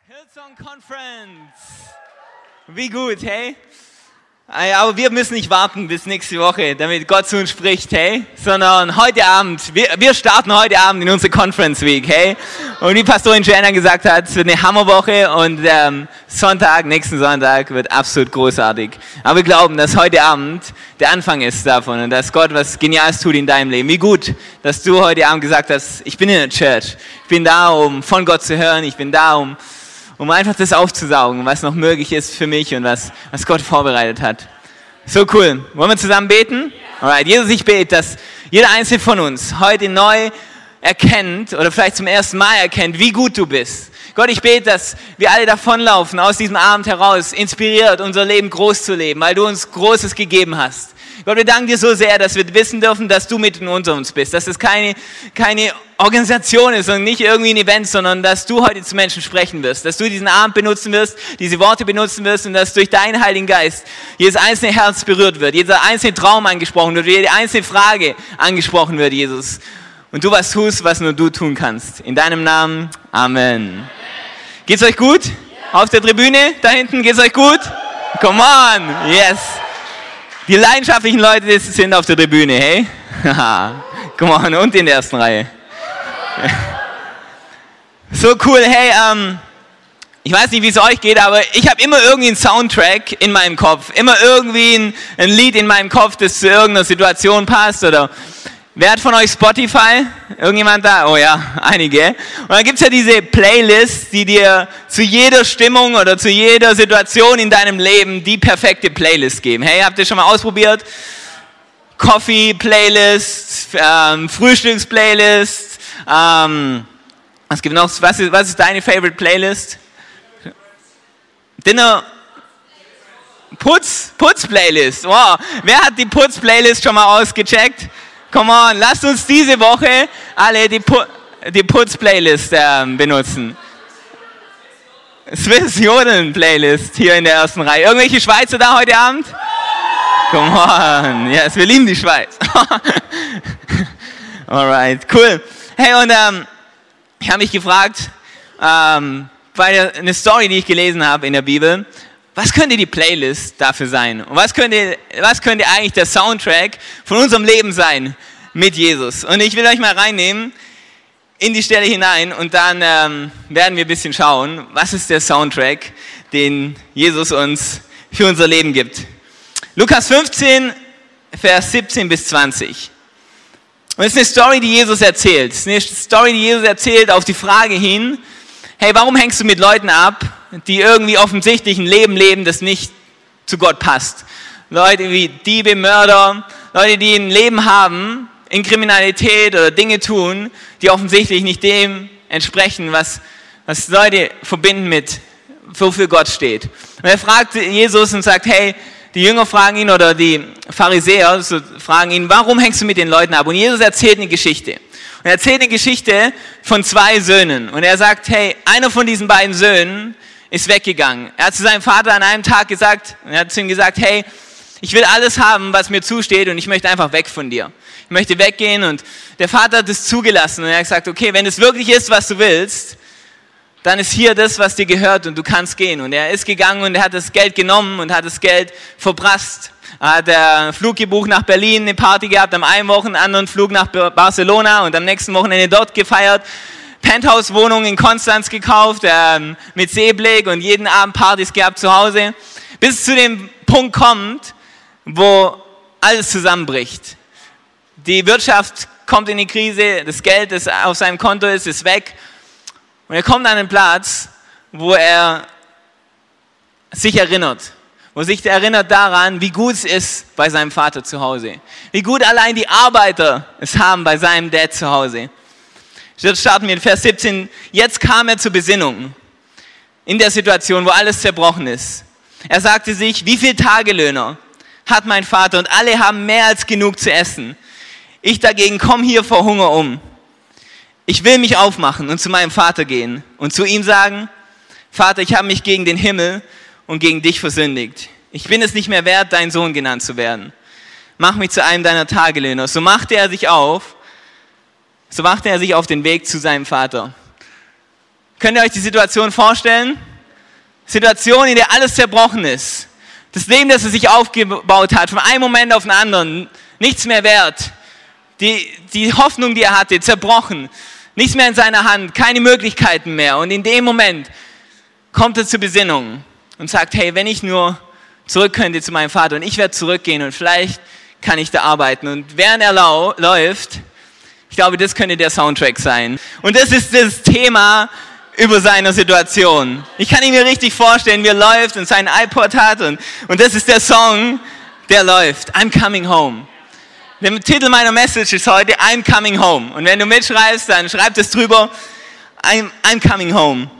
Hillsong Conference. Wie gut, hey? Aber wir müssen nicht warten bis nächste Woche, damit Gott zu uns spricht, hey? Sondern heute Abend, wir starten heute Abend in unsere Conference Week, hey? Und wie Pastorin Joanna gesagt hat, es wird eine Hammerwoche und nächsten Sonntag wird absolut großartig. Aber wir glauben, dass heute Abend der Anfang ist davon und dass Gott was Geniales tut in deinem Leben. Wie gut, dass du heute Abend gesagt hast, ich bin in der Church. Ich bin da, um von Gott zu hören. Ich bin da, um einfach das aufzusaugen, was noch möglich ist für mich und was Gott vorbereitet hat. So cool. Wollen wir zusammen beten? Alright, Jesus, ich bete, dass jeder Einzelne von uns heute neu erkennt oder vielleicht zum ersten Mal erkennt, wie gut du bist. Gott, ich bete, dass wir alle davonlaufen, aus diesem Abend heraus, inspiriert, unser Leben groß zu leben, weil du uns Großes gegeben hast. Gott, wir danken dir so sehr, dass wir wissen dürfen, dass du mitten unter uns bist, dass es keine Organisation ist und nicht irgendwie ein Event, sondern dass du heute zu Menschen sprechen wirst, dass du diesen Abend benutzen wirst, diese Worte benutzen wirst und dass durch deinen Heiligen Geist jedes einzelne Herz berührt wird, jeder einzelne Traum angesprochen wird, jede einzelne Frage angesprochen wird, Jesus. Und du was tust, was nur du tun kannst. In deinem Namen, Amen. Geht's euch gut? Auf der Tribüne, da hinten, geht's euch gut? Come on, yes. Die leidenschaftlichen Leute sind auf der Tribüne, hey? Come on, und in der ersten Reihe. So cool, hey, ich weiß nicht, wie es euch geht, aber ich habe immer irgendwie einen Soundtrack in meinem Kopf. Immer irgendwie ein Lied in meinem Kopf, das zu irgendeiner Situation passt oder... Wer hat von euch Spotify? Irgendjemand da? Oh ja, einige. Und dann gibt es ja diese Playlists, die dir zu jeder Stimmung oder zu jeder Situation in deinem Leben die perfekte Playlist geben. Hey, habt ihr schon mal ausprobiert? Coffee-Playlist, Frühstücks-Playlist. Was gibt noch? Was ist deine Favorite Playlist? Dinner... Putz-Playlist. Wow. Wer hat die Putz-Playlist schon mal ausgecheckt? Come on, lasst uns diese Woche alle die Putz-Playlist benutzen. Swiss Jodeln-Playlist hier in der ersten Reihe. Irgendwelche Schweizer da heute Abend? Come on, yes, wir lieben die Schweiz. Alright, cool. Hey, und ich habe mich gefragt, bei einer Story, die ich gelesen habe in der Bibel, was könnte die Playlist dafür sein? Und was könnte eigentlich der Soundtrack von unserem Leben sein mit Jesus? Und ich will euch mal reinnehmen in die Stelle hinein und dann werden wir ein bisschen schauen, was ist der Soundtrack, den Jesus uns für unser Leben gibt. Lukas 15, Vers 17 bis 20. Und es ist eine Story, die Jesus erzählt. Es ist eine Story, die Jesus erzählt auf die Frage hin, hey, warum hängst du mit Leuten ab, die irgendwie offensichtlich ein Leben leben, das nicht zu Gott passt? Leute wie Diebe, Mörder, Leute, die ein Leben haben in Kriminalität oder Dinge tun, die offensichtlich nicht dem entsprechen, was Leute verbinden mit, wofür Gott steht. Und er fragt Jesus und sagt, hey, die Jünger fragen ihn oder die Pharisäer fragen ihn, warum hängst du mit den Leuten ab? Und Jesus erzählt eine Geschichte. Und er erzählt eine Geschichte von 2 Söhnen. Und er sagt, hey, einer von diesen beiden Söhnen ist weggegangen. Er hat zu seinem Vater an einem Tag gesagt, und er hat zu ihm gesagt, hey, ich will alles haben, was mir zusteht und ich möchte einfach weg von dir. Ich möchte weggehen und der Vater hat es zugelassen und er hat gesagt, okay, wenn es wirklich ist, was du willst, dann ist hier das, was dir gehört und du kannst gehen. Und er ist gegangen und er hat das Geld genommen und hat das Geld verprasst. Er hat einen Flug gebucht nach Berlin, eine Party gehabt, am einen Wochenende einen anderen Flug nach Barcelona und am nächsten Wochenende dort gefeiert. Penthouse-Wohnung in Konstanz gekauft, mit Seeblick und jeden Abend Partys gehabt zu Hause. Bis es zu dem Punkt kommt, wo alles zusammenbricht. Die Wirtschaft kommt in die Krise, das Geld, das auf seinem Konto ist weg. Und er kommt an einen Platz, wo er sich erinnert. Wo sich erinnert daran, wie gut es ist bei seinem Vater zu Hause. Wie gut allein die Arbeiter es haben bei seinem Dad zu Hause. Jetzt starten wir in Vers 17. Jetzt kam er zur Besinnung. In der Situation, wo alles zerbrochen ist. Er sagte sich, wie viele Tagelöhner hat mein Vater und alle haben mehr als genug zu essen. Ich dagegen komme hier vor Hunger um. Ich will mich aufmachen und zu meinem Vater gehen und zu ihm sagen, Vater, ich habe mich gegen den Himmel und gegen dich versündigt. Ich bin es nicht mehr wert, dein Sohn genannt zu werden. Mach mich zu einem deiner Tagelöhner. So machte er sich auf den Weg zu seinem Vater. Könnt ihr euch die Situation vorstellen? Situation, in der alles zerbrochen ist. Das Leben, das er sich aufgebaut hat, von einem Moment auf den anderen, nichts mehr wert. Die Hoffnung, die er hatte, zerbrochen. Nichts mehr in seiner Hand, keine Möglichkeiten mehr. Und in dem Moment kommt er zur Besinnung und sagt, hey, wenn ich nur zurück könnte zu meinem Vater und ich werde zurückgehen und vielleicht kann ich da arbeiten. Und während er läuft, ich glaube, das könnte der Soundtrack sein. Und das ist das Thema über seine Situation. Ich kann ihn mir richtig vorstellen, wie er läuft und seinen iPod hat und das ist der Song, der läuft. I'm coming home. Der Titel meiner Message ist heute I'm coming home. Und wenn du mitschreibst, dann schreib das drüber, I'm coming home.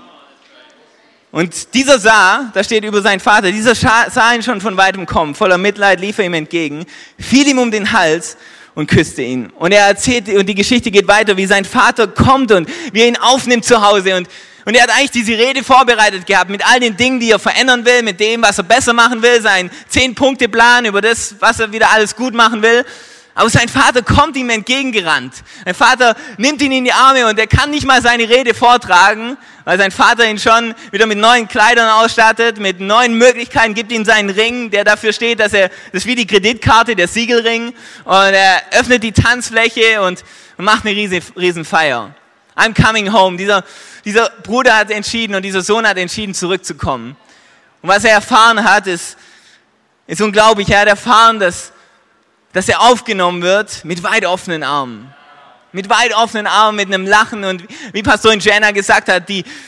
Und dieser sah, da steht über seinen Vater, dieser sah ihn schon von weitem kommen, voller Mitleid lief er ihm entgegen, fiel ihm um den Hals und küsste ihn. Und er erzählt, und die Geschichte geht weiter, wie sein Vater kommt und wie er ihn aufnimmt zu Hause. Und er hat eigentlich diese Rede vorbereitet gehabt, mit all den Dingen, die er verändern will, mit dem, was er besser machen will, sein 10-Punkte-Plan über das, was er wieder alles gut machen will. Aber sein Vater kommt ihm entgegengerannt. Sein Vater nimmt ihn in die Arme und er kann nicht mal seine Rede vortragen, weil sein Vater ihn schon wieder mit neuen Kleidern ausstattet, mit neuen Möglichkeiten, gibt ihm seinen Ring, der dafür steht, das ist wie die Kreditkarte, der Siegelring. Und er öffnet die Tanzfläche und macht eine riesen Feier. I'm coming home. Dieser Bruder hat entschieden und dieser Sohn hat entschieden, zurückzukommen. Und was er erfahren hat, ist unglaublich. Er hat erfahren, dass er aufgenommen wird mit weit offenen Armen. Mit weit offenen Armen, mit einem Lachen. Und wie Pastorin Jenna gesagt hat,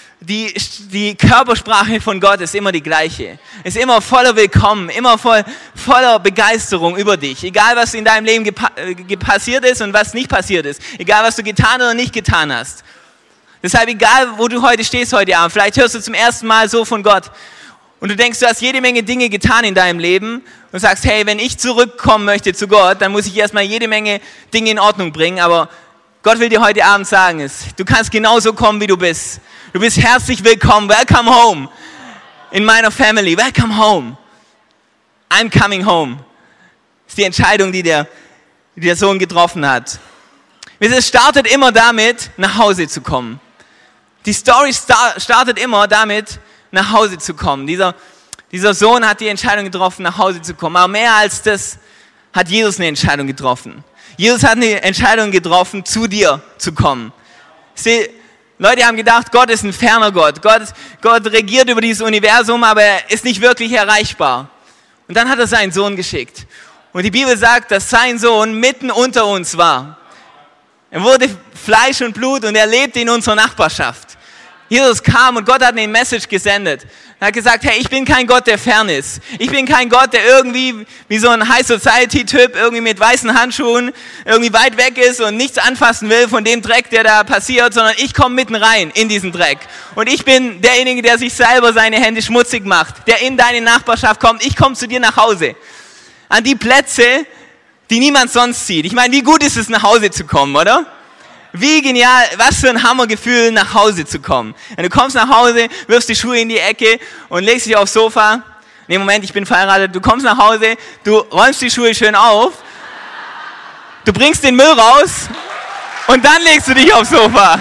die Körpersprache von Gott ist immer die gleiche. Ist immer voller Willkommen, immer voller Begeisterung über dich. Egal, was in deinem Leben passiert ist und was nicht passiert ist. Egal, was du getan oder nicht getan hast. Deshalb, egal, wo du heute stehst heute Abend, vielleicht hörst du zum ersten Mal so von Gott. Und du denkst, du hast jede Menge Dinge getan in deinem Leben und sagst, hey, wenn ich zurückkommen möchte zu Gott, dann muss ich erstmal jede Menge Dinge in Ordnung bringen. Aber Gott will dir heute Abend sagen, du kannst genauso kommen, wie du bist. Du bist herzlich willkommen. Welcome home in meiner Family. Welcome home. I'm coming home. Das ist die Entscheidung, die der Sohn getroffen hat. Es startet immer damit, nach Hause zu kommen. Die Story startet immer damit, nach Hause zu kommen. Dieser Sohn hat die Entscheidung getroffen, nach Hause zu kommen. Aber mehr als das hat Jesus eine Entscheidung getroffen. Jesus hat eine Entscheidung getroffen, zu dir zu kommen. Leute haben gedacht, Gott ist ein ferner Gott. Gott regiert über dieses Universum, aber er ist nicht wirklich erreichbar. Und dann hat er seinen Sohn geschickt. Und die Bibel sagt, dass sein Sohn mitten unter uns war. Er wurde Fleisch und Blut und er lebte in unserer Nachbarschaft. Jesus kam und Gott hat eine Message gesendet. Er hat gesagt, hey, ich bin kein Gott, der fern ist. Ich bin kein Gott, der irgendwie wie so ein High-Society-Typ irgendwie mit weißen Handschuhen irgendwie weit weg ist und nichts anfassen will von dem Dreck, der da passiert, sondern ich komme mitten rein in diesen Dreck. Und ich bin derjenige, der sich selber seine Hände schmutzig macht, der in deine Nachbarschaft kommt. Ich komme zu dir nach Hause. An die Plätze, die niemand sonst sieht. Ich meine, wie gut ist es, nach Hause zu kommen, oder? Wie genial, was für ein Hammergefühl, nach Hause zu kommen. Wenn du kommst nach Hause, wirfst die Schuhe in die Ecke und legst dich aufs Sofa. Nee, Moment, ich bin verheiratet. Du kommst nach Hause, du räumst die Schuhe schön auf, du bringst den Müll raus und dann legst du dich aufs Sofa.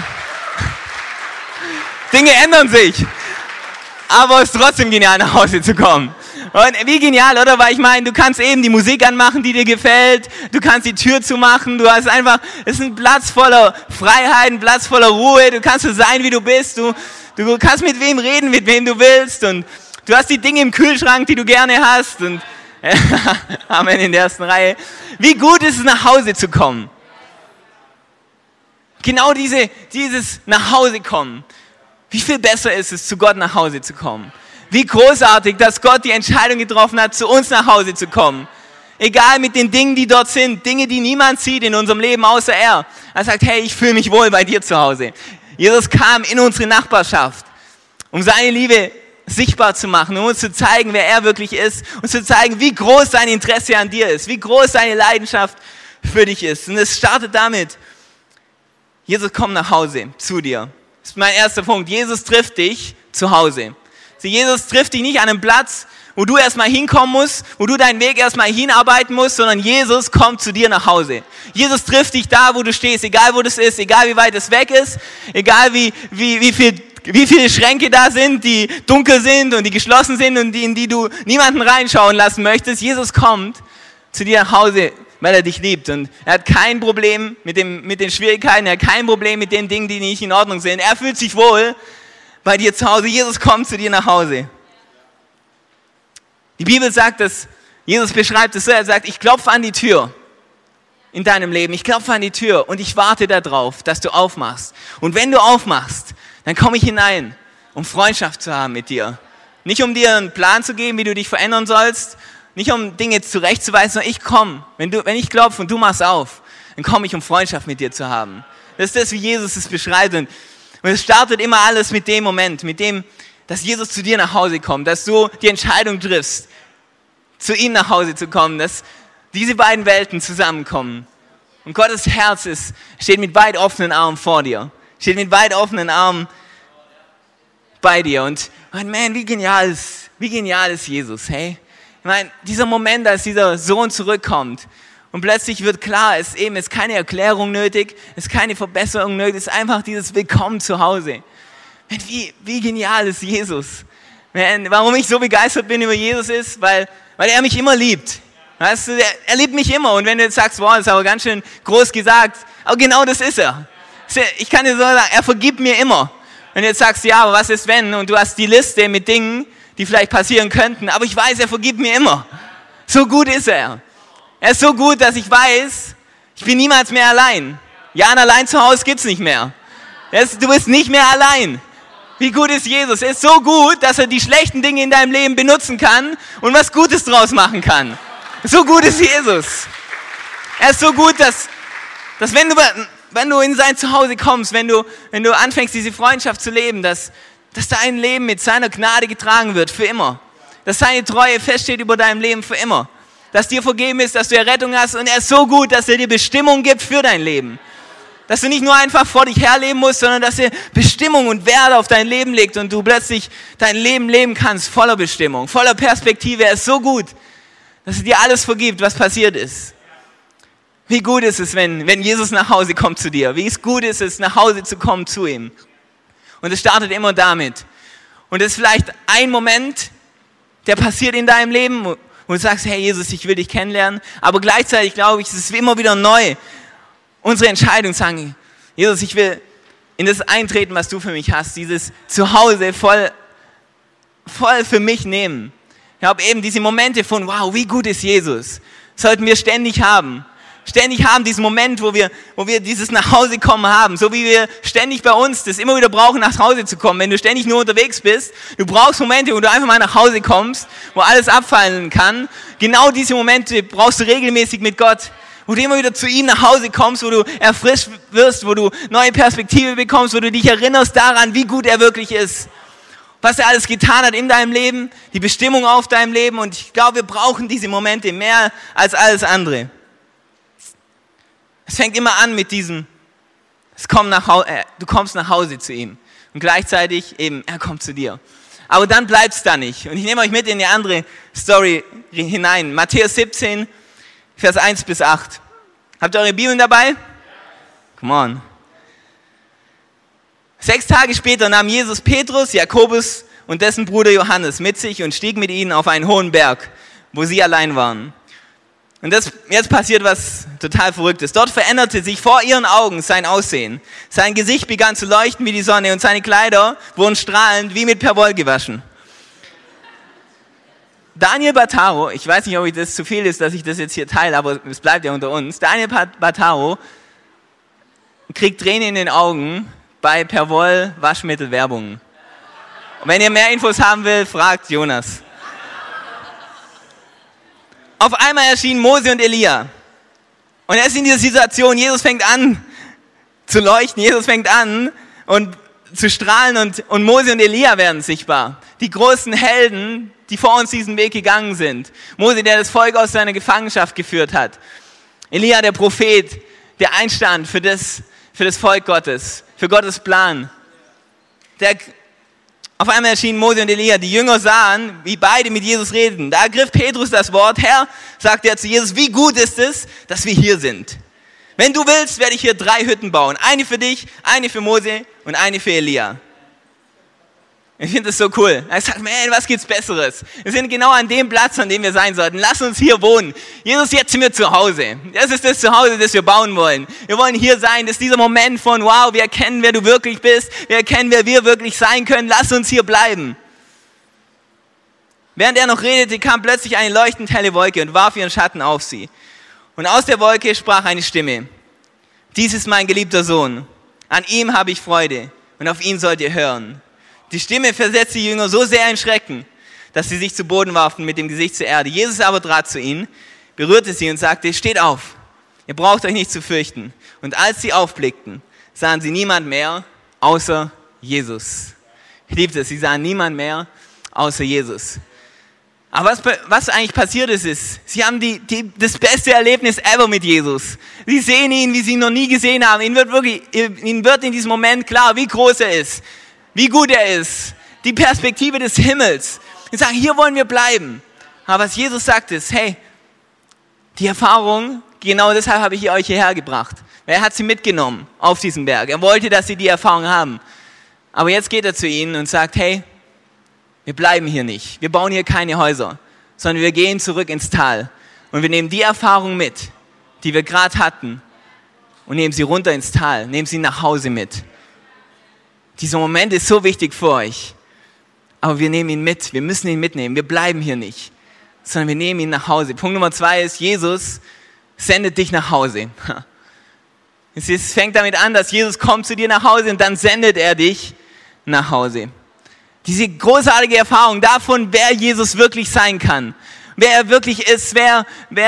Dinge ändern sich. Aber es ist trotzdem genial, nach Hause zu kommen. Und wie genial, oder? Weil ich meine, du kannst eben die Musik anmachen, die dir gefällt. Du kannst die Tür zumachen. Du hast einfach, es ist ein Platz voller Freiheit, ein Platz voller Ruhe. Du kannst so sein, wie du bist. Du kannst mit wem reden, mit wem du willst. Und du hast die Dinge im Kühlschrank, die du gerne hast. Und Amen in der ersten Reihe. Wie gut ist es, nach Hause zu kommen? Genau dieses nach Hause kommen. Wie viel besser ist es, zu Gott nach Hause zu kommen? Wie großartig, dass Gott die Entscheidung getroffen hat, zu uns nach Hause zu kommen. Egal mit den Dingen, die dort sind, Dinge, die niemand sieht in unserem Leben, außer er. Er sagt, hey, ich fühle mich wohl bei dir zu Hause. Jesus kam in unsere Nachbarschaft, um seine Liebe sichtbar zu machen, um uns zu zeigen, wer er wirklich ist, und zu zeigen, wie groß sein Interesse an dir ist, wie groß seine Leidenschaft für dich ist. Und es startet damit, Jesus kommt nach Hause, zu dir. Das ist mein erster Punkt. Jesus trifft dich zu Hause. Jesus trifft dich nicht an einem Platz, wo du erstmal hinkommen musst, wo du deinen Weg erstmal hinarbeiten musst, sondern Jesus kommt zu dir nach Hause. Jesus trifft dich da, wo du stehst, egal wo das ist, egal wie weit es weg ist, egal wie viel wie viele Schränke da sind, die dunkel sind und die geschlossen sind und in die du niemanden reinschauen lassen möchtest. Jesus kommt zu dir nach Hause, weil er dich liebt. Und er hat kein Problem mit den Schwierigkeiten, er hat kein Problem mit den Dingen, die nicht in Ordnung sind. Er fühlt sich wohl bei dir zu Hause. Jesus kommt zu dir nach Hause. Die Bibel sagt, dass Jesus beschreibt es so, er sagt, ich klopfe an die Tür in deinem Leben. Ich klopfe an die Tür und ich warte darauf, dass du aufmachst. Und wenn du aufmachst, dann komme ich hinein, um Freundschaft zu haben mit dir. Nicht um dir einen Plan zu geben, wie du dich verändern sollst, nicht um Dinge zurechtzuweisen, sondern ich komme. Wenn ich klopfe und du machst auf, dann komme ich, um Freundschaft mit dir zu haben. Das ist das, wie Jesus es beschreibt. Und es startet immer alles mit dem Moment, mit dem, dass Jesus zu dir nach Hause kommt, dass du die Entscheidung triffst, zu ihm nach Hause zu kommen, dass diese beiden Welten zusammenkommen. Und Gottes Herz steht mit weit offenen Armen vor dir, steht mit weit offenen Armen bei dir. Und man, wie genial ist Jesus, hey? Ich meine, dieser Moment, als dieser Sohn zurückkommt und plötzlich wird klar, es ist keine Erklärung nötig, es ist keine Verbesserung nötig, es ist einfach dieses Willkommen zu Hause. Man, wie genial ist Jesus? Man, warum ich so begeistert bin über Jesus ist, weil er mich immer liebt. Weißt du, er liebt mich immer. Und wenn du jetzt sagst, wow, das ist aber ganz schön groß gesagt, aber genau das ist er. Ich kann dir so sagen, er vergibt mir immer. Wenn du jetzt sagst, ja, aber was ist wenn? Und du hast die Liste mit Dingen, die vielleicht passieren könnten, aber ich weiß, er vergibt mir immer. So gut ist er. Er ist so gut, dass ich weiß, ich bin niemals mehr allein. Jan allein zu Hause gibt's nicht mehr. Du bist nicht mehr allein. Wie gut ist Jesus? Er ist so gut, dass er die schlechten Dinge in deinem Leben benutzen kann und was Gutes draus machen kann. So gut ist Jesus. Er ist so gut, dass wenn du in sein Zuhause kommst, wenn du anfängst, diese Freundschaft zu leben, dass dein Leben mit seiner Gnade getragen wird, für immer. Dass seine Treue feststeht über deinem Leben für immer. Dass dir vergeben ist, dass du Errettung hast und er ist so gut, dass er dir Bestimmung gibt für dein Leben. Dass du nicht nur einfach vor dich herleben musst, sondern dass er Bestimmung und Wert auf dein Leben legt und du plötzlich dein Leben leben kannst, voller Bestimmung, voller Perspektive. Er ist so gut, dass er dir alles vergibt, was passiert ist. Wie gut ist es, wenn Jesus nach Hause kommt zu dir? Wie gut ist es, nach Hause zu kommen zu ihm? Und es startet immer damit. Und es ist vielleicht ein Moment, der passiert in deinem Leben, wo du sagst, hey Jesus, ich will dich kennenlernen. Aber gleichzeitig glaube ich, es ist immer wieder neu, unsere Entscheidung zu sagen, Jesus, ich will in das eintreten, was du für mich hast, dieses Zuhause voll für mich nehmen. Ich glaube eben diese Momente von, wow, wie gut ist Jesus, sollten wir ständig haben. Ständig haben diesen Moment, wo wir dieses Nachhausekommen haben, so wie wir ständig bei uns das immer wieder brauchen, nach Hause zu kommen. Wenn du ständig nur unterwegs bist, du brauchst Momente, wo du einfach mal nach Hause kommst, wo alles abfallen kann. Genau diese Momente brauchst du regelmäßig mit Gott, wo du immer wieder zu ihm nach Hause kommst, wo du erfrischt wirst, wo du neue Perspektive bekommst, wo du dich erinnerst daran, wie gut er wirklich ist. Was er alles getan hat in deinem Leben, die Bestimmung auf deinem Leben. Und ich glaube, wir brauchen diese Momente mehr als alles andere. Es fängt immer an mit diesem, du kommst nach Hause zu ihm. Und gleichzeitig eben, er kommt zu dir. Aber dann bleibt es da nicht. Und ich nehme euch mit in eine andere Story hinein. Matthäus 17, Vers 1 bis 8. Habt ihr eure Bibeln dabei? Come on. 6 Tage später nahm Jesus Petrus, Jakobus und dessen Bruder Johannes mit sich und stieg mit ihnen auf einen hohen Berg, wo sie allein waren. Und jetzt passiert was total Verrücktes. Dort veränderte sich vor ihren Augen sein Aussehen. Sein Gesicht begann zu leuchten wie die Sonne und seine Kleider wurden strahlend wie mit Perwoll gewaschen. Daniel Bataro, ich weiß nicht, ob das zu viel ist, dass ich das jetzt hier teile, aber es bleibt ja unter uns. Daniel Bataro kriegt Tränen in den Augen bei Perwoll Waschmittelwerbung. Und wenn ihr mehr Infos haben will, fragt Jonas. Auf einmal erschienen Mose und Elia. Und er ist in dieser Situation, Jesus fängt an zu leuchten, Jesus fängt an und zu strahlen und Mose und Elia werden sichtbar. Die großen Helden, die vor uns diesen Weg gegangen sind. Mose, der das Volk aus seiner Gefangenschaft geführt hat. Elia, der Prophet, der einstand für das Volk Gottes, für Gottes Plan. Auf einmal erschienen Mose und Elia. Die Jünger sahen, wie beide mit Jesus reden. Da ergriff Petrus das Wort. Herr, sagte er zu Jesus, wie gut ist es, dass wir hier sind. Wenn du willst, werde ich hier 3 Hütten bauen. Eine für dich, eine für Mose und eine für Elia. Ich finde das so cool. Er sagt, man, was gibt's Besseres? Wir sind genau an dem Platz, an dem wir sein sollten. Lass uns hier wohnen. Jesus, jetzt sind wir zu Hause. Das ist das Zuhause, das wir bauen wollen. Wir wollen hier sein. Das ist dieser Moment von, wow, wir erkennen, wer du wirklich bist. Wir erkennen, wer wir wirklich sein können. Lass uns hier bleiben. Während er noch redete, kam plötzlich eine leuchtend helle Wolke und warf ihren Schatten auf sie. Und aus der Wolke sprach eine Stimme. Dies ist mein geliebter Sohn. An ihm habe ich Freude und auf ihn sollt ihr hören. Die Stimme versetzte die Jünger so sehr in Schrecken, dass sie sich zu Boden warfen mit dem Gesicht zur Erde. Jesus aber trat zu ihnen, berührte sie und sagte, steht auf, ihr braucht euch nicht zu fürchten. Und als sie aufblickten, sahen sie niemand mehr außer Jesus. Ich liebe das, sie sahen niemand mehr außer Jesus. Aber was eigentlich passiert ist, sie haben das beste Erlebnis ever mit Jesus. Sie sehen ihn, wie sie ihn noch nie gesehen haben. Ihnen wird in diesem Moment klar, wie groß er ist. Wie gut er ist, die Perspektive des Himmels. Wir sagen, hier wollen wir bleiben. Aber was Jesus sagt ist, hey, die Erfahrung, genau deshalb habe ich euch hierher gebracht. Er hat sie mitgenommen auf diesen Berg. Er wollte, dass sie die Erfahrung haben. Aber jetzt geht er zu ihnen und sagt, hey, wir bleiben hier nicht. Wir bauen hier keine Häuser, sondern wir gehen zurück ins Tal. Und wir nehmen die Erfahrung mit, die wir gerade hatten, und nehmen sie runter ins Tal, nehmen sie nach Hause mit. Dieser Moment ist so wichtig für euch. Aber wir nehmen ihn mit. Wir müssen ihn mitnehmen. Wir bleiben hier nicht, sondern wir nehmen ihn nach Hause. Punkt Nummer 2 ist, Jesus sendet dich nach Hause. Es fängt damit an, dass Jesus kommt zu dir nach Hause und dann sendet er dich nach Hause. Diese großartige Erfahrung davon, wer Jesus wirklich sein kann. Wer er wirklich ist, wer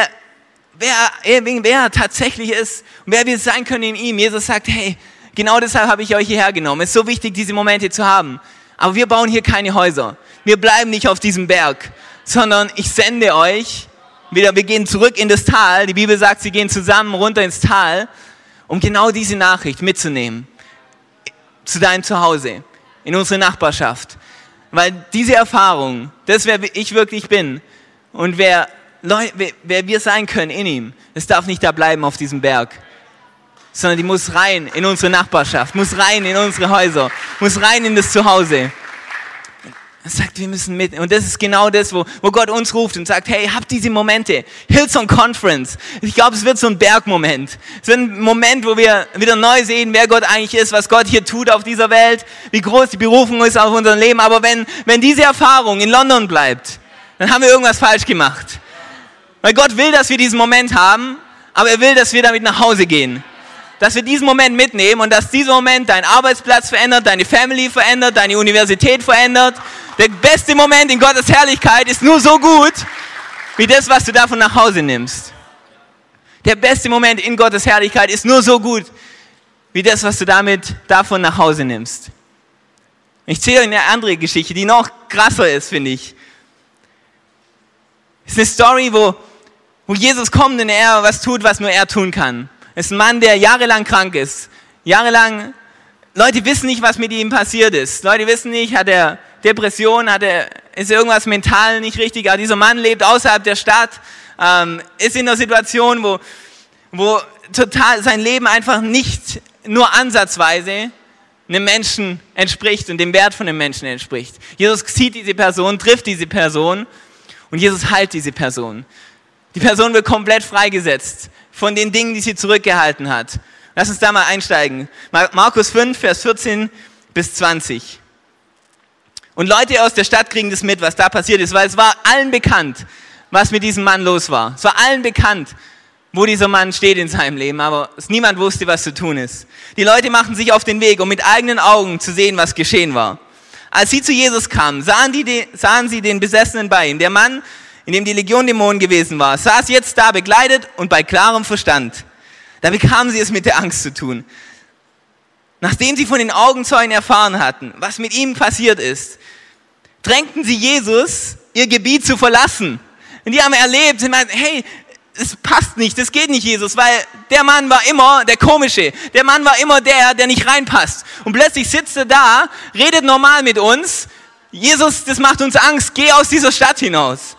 er tatsächlich ist und wer wir sein können in ihm. Jesus sagt, hey, genau deshalb habe ich euch hierher genommen. Es ist so wichtig, diese Momente zu haben. Aber wir bauen hier keine Häuser. Wir bleiben nicht auf diesem Berg, sondern ich sende euch wieder. Wir gehen zurück in das Tal. Die Bibel sagt, sie gehen zusammen runter ins Tal, um genau diese Nachricht mitzunehmen. Zu deinem Zuhause, in unsere Nachbarschaft. Weil diese Erfahrung, das, wer ich wirklich bin und wer wir sein können in ihm, das darf nicht da bleiben auf diesem Berg. Sondern die muss rein in unsere Nachbarschaft, muss rein in unsere Häuser, muss rein in das Zuhause. Er sagt, wir müssen mit. Und das ist genau das, wo Gott uns ruft und sagt, hey, habt diese Momente. Hillsong Conference. Ich glaube, es wird so ein Bergmoment. Es wird ein Moment, wo wir wieder neu sehen, wer Gott eigentlich ist, was Gott hier tut auf dieser Welt, wie groß die Berufung ist auf unserem Leben. Aber wenn diese Erfahrung in London bleibt, dann haben wir irgendwas falsch gemacht. Weil Gott will, dass wir diesen Moment haben, aber er will, dass wir damit nach Hause gehen. Dass wir diesen Moment mitnehmen und dass dieser Moment deinen Arbeitsplatz verändert, deine Family verändert, deine Universität verändert. Der beste Moment in Gottes Herrlichkeit ist nur so gut, wie das, was du davon nach Hause nimmst. Der beste Moment in Gottes Herrlichkeit ist nur so gut, wie das, was du davon nach Hause nimmst. Ich zähle eine andere Geschichte, die noch krasser ist, finde ich. Es ist eine Story, wo Jesus kommt und er was tut, was nur er tun kann. Es ist ein Mann, der jahrelang krank ist. Jahrelang, Leute wissen nicht, was mit ihm passiert ist. Leute wissen nicht, hat er Depression, ist irgendwas mental nicht richtig. Aber dieser Mann lebt außerhalb der Stadt, ist in einer Situation, wo total sein Leben einfach nicht nur ansatzweise einem Menschen entspricht und dem Wert von einem Menschen entspricht. Jesus sieht diese Person, trifft diese Person und Jesus heilt diese Person. Die Person wird komplett freigesetzt von den Dingen, die sie zurückgehalten hat. Lass uns da mal einsteigen. Markus 5, Vers 14 bis 20. Und Leute aus der Stadt kriegen das mit, was da passiert ist, weil es war allen bekannt, was mit diesem Mann los war. Es war allen bekannt, wo dieser Mann steht in seinem Leben, aber niemand wusste, was zu tun ist. Die Leute machten sich auf den Weg, um mit eigenen Augen zu sehen, was geschehen war. Als sie zu Jesus kamen, sahen sie den Besessenen bei ihm. Der Mann, in dem die Legion Dämonen gewesen war, saß jetzt da bekleidet und bei klarem Verstand. Da bekamen sie es mit der Angst zu tun. Nachdem sie von den Augenzeugen erfahren hatten, was mit ihm passiert ist, drängten sie Jesus, ihr Gebiet zu verlassen. Und die haben erlebt, sie meinten, hey, es passt nicht, das geht nicht, Jesus, weil der Mann war immer der Komische. Der Mann war immer der nicht reinpasst. Und plötzlich sitzt er da, redet normal mit uns. Jesus, das macht uns Angst, geh aus dieser Stadt hinaus.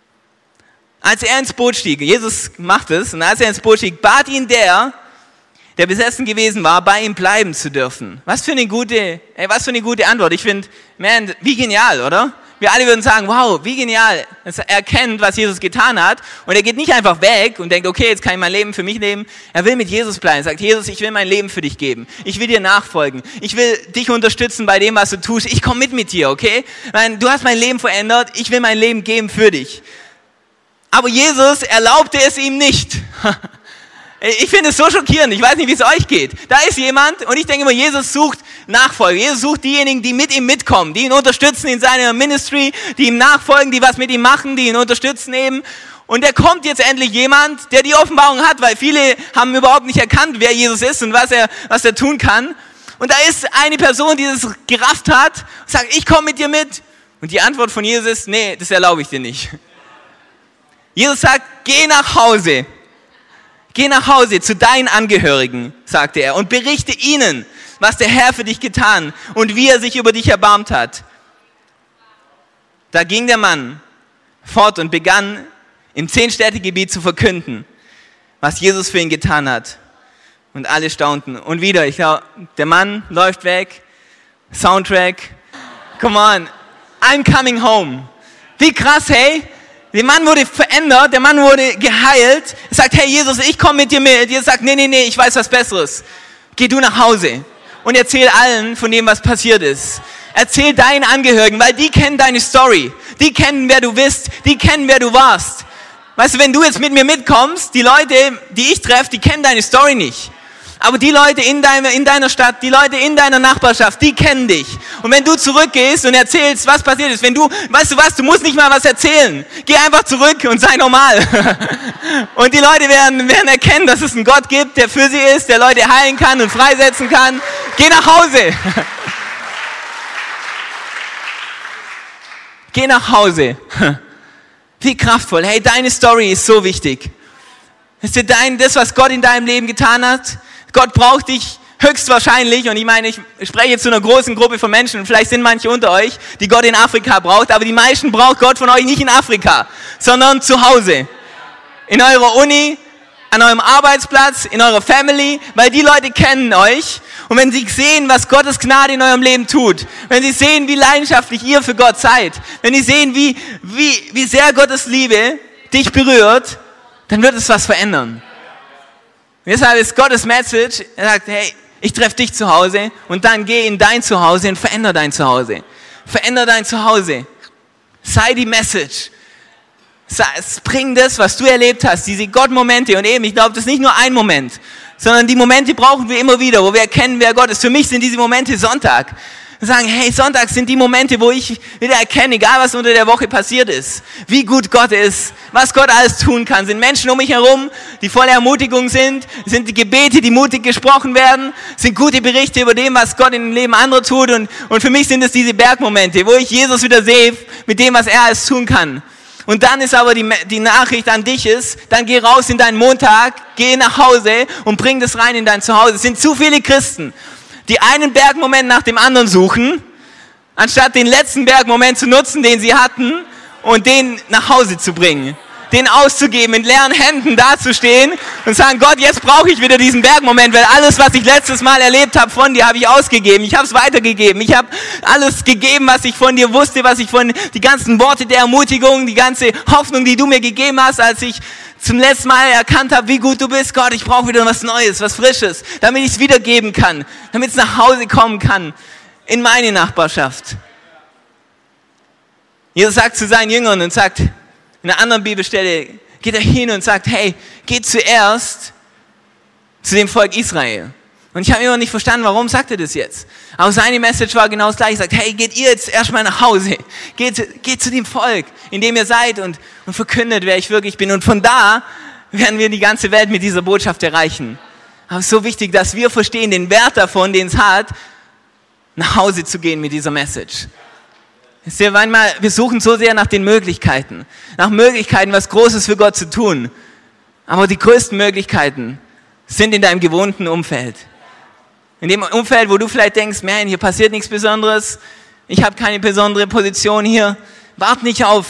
Als er ins Boot stieg, Jesus macht es, und als er ins Boot stieg, bat ihn der, der besessen gewesen war, bei ihm bleiben zu dürfen. Was für eine gute Antwort. Ich finde, man, wie genial, oder? Wir alle würden sagen, wow, wie genial. Er erkennt, was Jesus getan hat und er geht nicht einfach weg und denkt, okay, jetzt kann ich mein Leben für mich leben. Er will mit Jesus bleiben. Er sagt, Jesus, ich will mein Leben für dich geben. Ich will dir nachfolgen. Ich will dich unterstützen bei dem, was du tust. Ich komme mit dir, okay? Du hast mein Leben verändert. Ich will mein Leben geben für dich. Aber Jesus erlaubte es ihm nicht. Ich finde es so schockierend. Ich weiß nicht, wie es euch geht. Da ist jemand und ich denke immer, Jesus sucht Nachfolger. Jesus sucht diejenigen, die mit ihm mitkommen, die ihn unterstützen in seiner Ministry, die ihm nachfolgen, die was mit ihm machen, die ihn unterstützen eben. Und da kommt jetzt endlich jemand, der die Offenbarung hat, weil viele haben überhaupt nicht erkannt, wer Jesus ist und was er tun kann. Und da ist eine Person, die das gerafft hat und sagt, ich komme mit dir mit. Und die Antwort von Jesus ist, nee, das erlaube ich dir nicht. Jesus sagt, geh nach Hause. Geh nach Hause zu deinen Angehörigen, sagte er, und berichte ihnen, was der Herr für dich getan und wie er sich über dich erbarmt hat. Da ging der Mann fort und begann im 10-Städtegebiet zu verkünden, was Jesus für ihn getan hat. Und alle staunten. Und wieder, ich glaube, der Mann läuft weg, Soundtrack, come on, I'm coming home. Wie krass, hey? Der Mann wurde verändert, der Mann wurde geheilt. Er sagt, hey Jesus, ich komme mit dir mit. Jesus sagt, nee, ich weiß was Besseres. Geh du nach Hause und erzähl allen von dem, was passiert ist. Erzähl deinen Angehörigen, weil die kennen deine Story. Die kennen, wer du bist. Die kennen, wer du warst. Weißt du, wenn du jetzt mit mir mitkommst, die Leute, die ich treffe, die kennen deine Story nicht. Aber die Leute in deiner Stadt, die Leute in deiner Nachbarschaft, die kennen dich. Und wenn du zurückgehst und erzählst, was passiert ist, weißt du was, du musst nicht mal was erzählen. Geh einfach zurück und sei normal. Und die Leute werden erkennen, dass es einen Gott gibt, der für sie ist, der Leute heilen kann und freisetzen kann. Geh nach Hause. Geh nach Hause. Wie kraftvoll. Hey, deine Story ist so wichtig. Das was Gott in deinem Leben getan hat. Gott braucht dich höchstwahrscheinlich, und ich meine, ich spreche jetzt zu einer großen Gruppe von Menschen, und vielleicht sind manche unter euch, die Gott in Afrika braucht, aber die meisten braucht Gott von euch nicht in Afrika, sondern zu Hause. In eurer Uni, an eurem Arbeitsplatz, in eurer Family, weil die Leute kennen euch. Und wenn sie sehen, was Gottes Gnade in eurem Leben tut, wenn sie sehen, wie leidenschaftlich ihr für Gott seid, wenn sie sehen, wie sehr Gottes Liebe dich berührt, dann wird es was verändern. Und deshalb ist Gottes Message, er sagt, hey, ich treffe dich zu Hause und dann geh in dein Zuhause und veränder dein Zuhause. Veränder dein Zuhause. Sei die Message. Bring das, was du erlebt hast, diese Gott-Momente. Und eben, ich glaube, das ist nicht nur ein Moment, sondern die Momente brauchen wir immer wieder, wo wir erkennen, wer Gott ist. Für mich sind diese Momente Sonntag. Wir sagen, hey, Sonntag sind die Momente, wo ich wieder erkenne, egal was unter der Woche passiert ist, wie gut Gott ist, was Gott alles tun kann. Sind Menschen um mich herum, die voller Ermutigung sind die Gebete, die mutig gesprochen werden, sind gute Berichte über dem, was Gott in dem Leben anderer tut. Und für mich sind es diese Bergmomente, wo ich Jesus wieder sehe mit dem, was er alles tun kann. Und dann ist aber die Nachricht an dich ist, dann geh raus in deinen Montag, geh nach Hause und bring das rein in dein Zuhause. Es sind zu viele Christen, die einen Bergmoment nach dem anderen suchen, anstatt den letzten Bergmoment zu nutzen, den sie hatten, und den nach Hause zu bringen, den auszugeben, in leeren Händen dazustehen und sagen, Gott, jetzt brauche ich wieder diesen Bergmoment, weil alles, was ich letztes Mal erlebt habe von dir, habe ich ausgegeben, ich habe es weitergegeben, ich habe alles gegeben, was ich von dir wusste, die ganzen Worte der Ermutigung, die ganze Hoffnung, die du mir gegeben hast, als ich zum letzten Mal erkannt habe, wie gut du bist. Gott, ich brauche wieder was Neues, was Frisches, damit ich es wiedergeben kann, damit es nach Hause kommen kann, in meine Nachbarschaft. Jesus sagt zu seinen Jüngern und sagt, in einer anderen Bibelstelle, geht er hin und sagt, hey, geht zuerst zu dem Volk Israel. Und ich habe immer nicht verstanden, warum sagt er das jetzt. Aber seine Message war genau das gleiche. Er sagt, hey, geht ihr jetzt erstmal nach Hause. Geht zu dem Volk, in dem ihr seid und verkündet, wer ich wirklich bin. Und von da werden wir die ganze Welt mit dieser Botschaft erreichen. Aber es ist so wichtig, dass wir verstehen den Wert davon, den es hat, nach Hause zu gehen mit dieser Message. Wir suchen so sehr nach den Möglichkeiten. Nach Möglichkeiten, was Großes für Gott zu tun. Aber die größten Möglichkeiten sind in deinem gewohnten Umfeld. In dem Umfeld, wo du vielleicht denkst, man, hier passiert nichts Besonderes, ich habe keine besondere Position hier. Wart nicht auf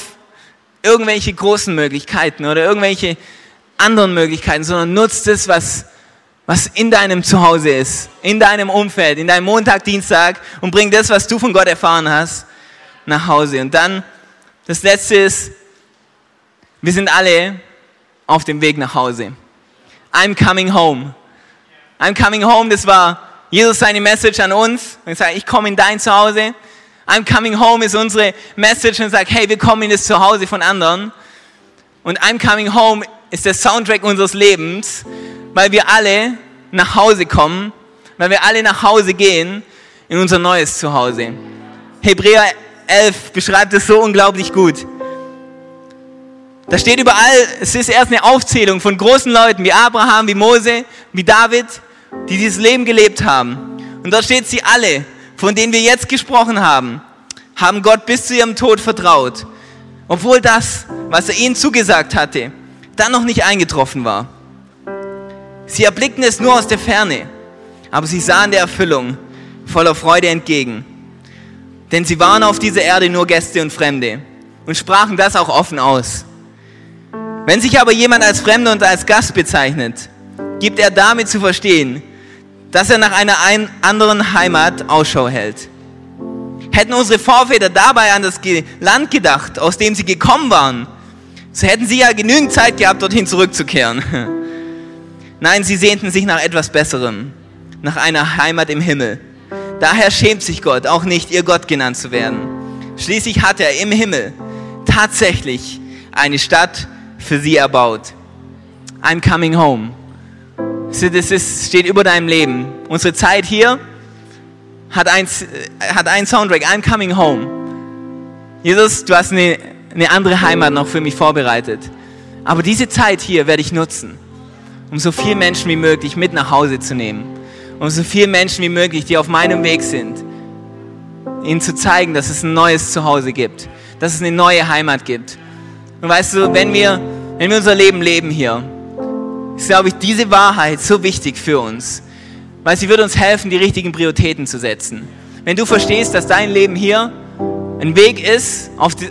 irgendwelche großen Möglichkeiten oder irgendwelche anderen Möglichkeiten, sondern nutzt es, was was in deinem Zuhause ist, in deinem Umfeld, in deinem Montag, Dienstag und bring das, was du von Gott erfahren hast, nach Hause. Und dann, das Letzte ist, wir sind alle auf dem Weg nach Hause. I'm coming home. I'm coming home, das war Jesus seine Message an uns. Und er sagt, ich komme in dein Zuhause. I'm coming home ist unsere Message und sagt, hey, wir kommen in das Zuhause von anderen. Und I'm coming home ist der Soundtrack unseres Lebens, weil wir alle nach Hause kommen, weil wir alle nach Hause gehen in unser neues Zuhause. Hebräer 11 beschreibt es so unglaublich gut. Da steht überall, es ist erst eine Aufzählung von großen Leuten wie Abraham, wie Mose, wie David, die dieses Leben gelebt haben. Und dort steht, sie alle, von denen wir jetzt gesprochen haben, haben Gott bis zu ihrem Tod vertraut. Obwohl das, was er ihnen zugesagt hatte, dann noch nicht eingetroffen war. Sie erblickten es nur aus der Ferne, aber sie sahen der Erfüllung voller Freude entgegen. Denn sie waren auf dieser Erde nur Gäste und Fremde und sprachen das auch offen aus. Wenn sich aber jemand als Fremder und als Gast bezeichnet, gibt er damit zu verstehen, dass er nach einer anderen Heimat Ausschau hält. Hätten unsere Vorväter dabei an das Land gedacht, aus dem sie gekommen waren, so hätten sie ja genügend Zeit gehabt, dorthin zurückzukehren. Nein, sie sehnten sich nach etwas Besserem, nach einer Heimat im Himmel. Daher schämt sich Gott auch nicht, ihr Gott genannt zu werden. Schließlich hat er im Himmel tatsächlich eine Stadt für sie erbaut. I'm coming home. Das steht über deinem Leben. Unsere Zeit hier hat einen Soundtrack, I'm coming home. Jesus, du hast eine andere Heimat noch für mich vorbereitet. Aber diese Zeit hier werde ich nutzen, um so viele Menschen wie möglich mit nach Hause zu nehmen. Um so viele Menschen wie möglich, die auf meinem Weg sind, ihnen zu zeigen, dass es ein neues Zuhause gibt, dass es eine neue Heimat gibt. Und weißt du, wenn wir unser Leben leben hier, ist, glaube ich, diese Wahrheit so wichtig für uns, weil sie wird uns helfen, die richtigen Prioritäten zu setzen. Wenn du verstehst, dass dein Leben hier ein Weg ist,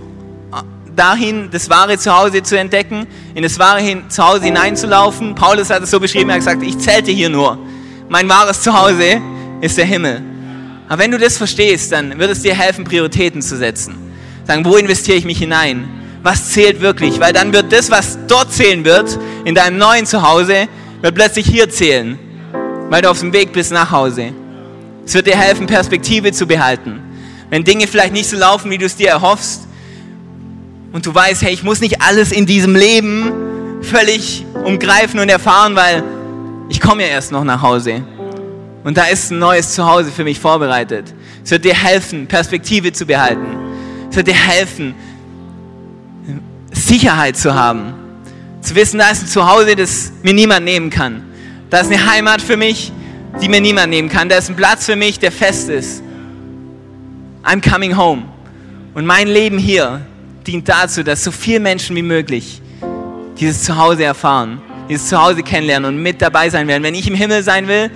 dahin das wahre Zuhause zu entdecken, in das wahre Zuhause hineinzulaufen. Paulus hat es so beschrieben, er hat gesagt, ich zelte hier nur. Mein wahres Zuhause ist der Himmel. Aber wenn du das verstehst, dann wird es dir helfen, Prioritäten zu setzen. Sagen, wo investiere ich mich hinein? Was zählt wirklich? Weil dann wird das, was dort zählen wird, in deinem neuen Zuhause, wird plötzlich hier zählen. Weil du auf dem Weg bist nach Hause. Es wird dir helfen, Perspektive zu behalten. Wenn Dinge vielleicht nicht so laufen, wie du es dir erhoffst, und du weißt, hey, ich muss nicht alles in diesem Leben völlig umgreifen und erfahren, weil ich komme ja erst noch nach Hause. Und da ist ein neues Zuhause für mich vorbereitet. Es wird dir helfen, Perspektive zu behalten. Es wird dir helfen, Sicherheit zu haben. Zu wissen, da ist ein Zuhause, das mir niemand nehmen kann. Da ist eine Heimat für mich, die mir niemand nehmen kann. Da ist ein Platz für mich, der fest ist. I'm coming home. Und mein Leben hier dient dazu, dass so viele Menschen wie möglich dieses Zuhause erfahren, dieses Zuhause kennenlernen und mit dabei sein werden. Wenn ich im Himmel sein werde,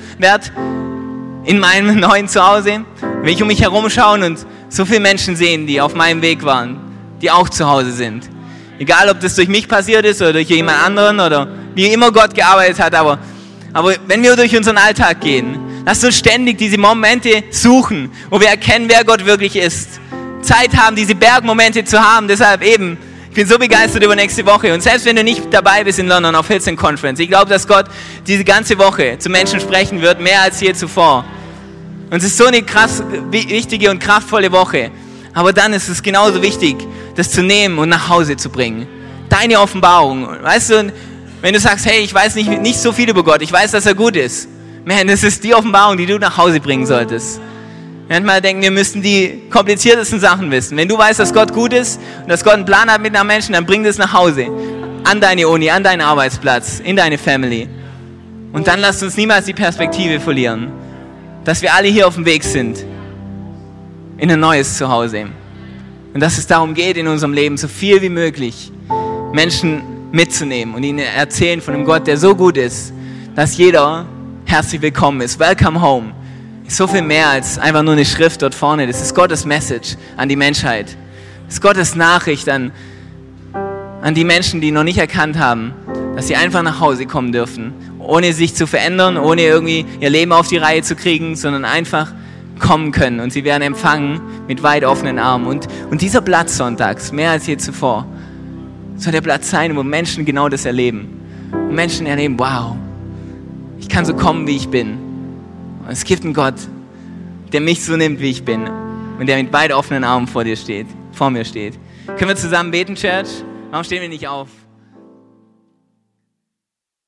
in meinem neuen Zuhause, will ich um mich herum schauen und so viele Menschen sehen, die auf meinem Weg waren, die auch zu Hause sind. Egal, ob das durch mich passiert ist oder durch jemand anderen oder wie immer Gott gearbeitet hat, aber wenn wir durch unseren Alltag gehen, lasst uns ständig diese Momente suchen, wo wir erkennen, wer Gott wirklich ist. Zeit haben, diese Bergmomente zu haben. Deshalb eben, ich bin so begeistert über nächste Woche. Und selbst wenn du nicht dabei bist in London auf Hillsong Conference, ich glaube, dass Gott diese ganze Woche zu Menschen sprechen wird, mehr als je zuvor. Und es ist so eine krass wichtige und kraftvolle Woche. Aber dann ist es genauso wichtig, das zu nehmen und nach Hause zu bringen. Deine Offenbarung. Weißt du, wenn du sagst, hey, ich weiß nicht so viel über Gott, ich weiß, dass er gut ist. Man, das ist die Offenbarung, die du nach Hause bringen solltest. Manchmal denken wir, müssten die kompliziertesten Sachen wissen. Wenn du weißt, dass Gott gut ist und dass Gott einen Plan hat mit einem Menschen, dann bring das nach Hause. An deine Uni, an deinen Arbeitsplatz, in deine Family. Und dann lasst uns niemals die Perspektive verlieren, dass wir alle hier auf dem Weg sind in ein neues Zuhause. Und dass es darum geht, in unserem Leben so viel wie möglich Menschen mitzunehmen und ihnen erzählen von einem Gott, der so gut ist, dass jeder herzlich willkommen ist. Welcome home. Ist so viel mehr als einfach nur eine Schrift dort vorne. Das ist Gottes Message an die Menschheit. Das ist Gottes Nachricht an die Menschen, die noch nicht erkannt haben, dass sie einfach nach Hause kommen dürfen, ohne sich zu verändern, ohne irgendwie ihr Leben auf die Reihe zu kriegen, sondern einfach kommen können und sie werden empfangen mit weit offenen Armen. Und dieser Platz sonntags, mehr als je zuvor, soll der Platz sein, wo Menschen genau das erleben. Und Menschen erleben, wow, ich kann so kommen, wie ich bin. Und es gibt einen Gott, der mich so nimmt, wie ich bin und der mit weit offenen Armen vor mir steht. Können wir zusammen beten, Church? Warum stehen wir nicht auf?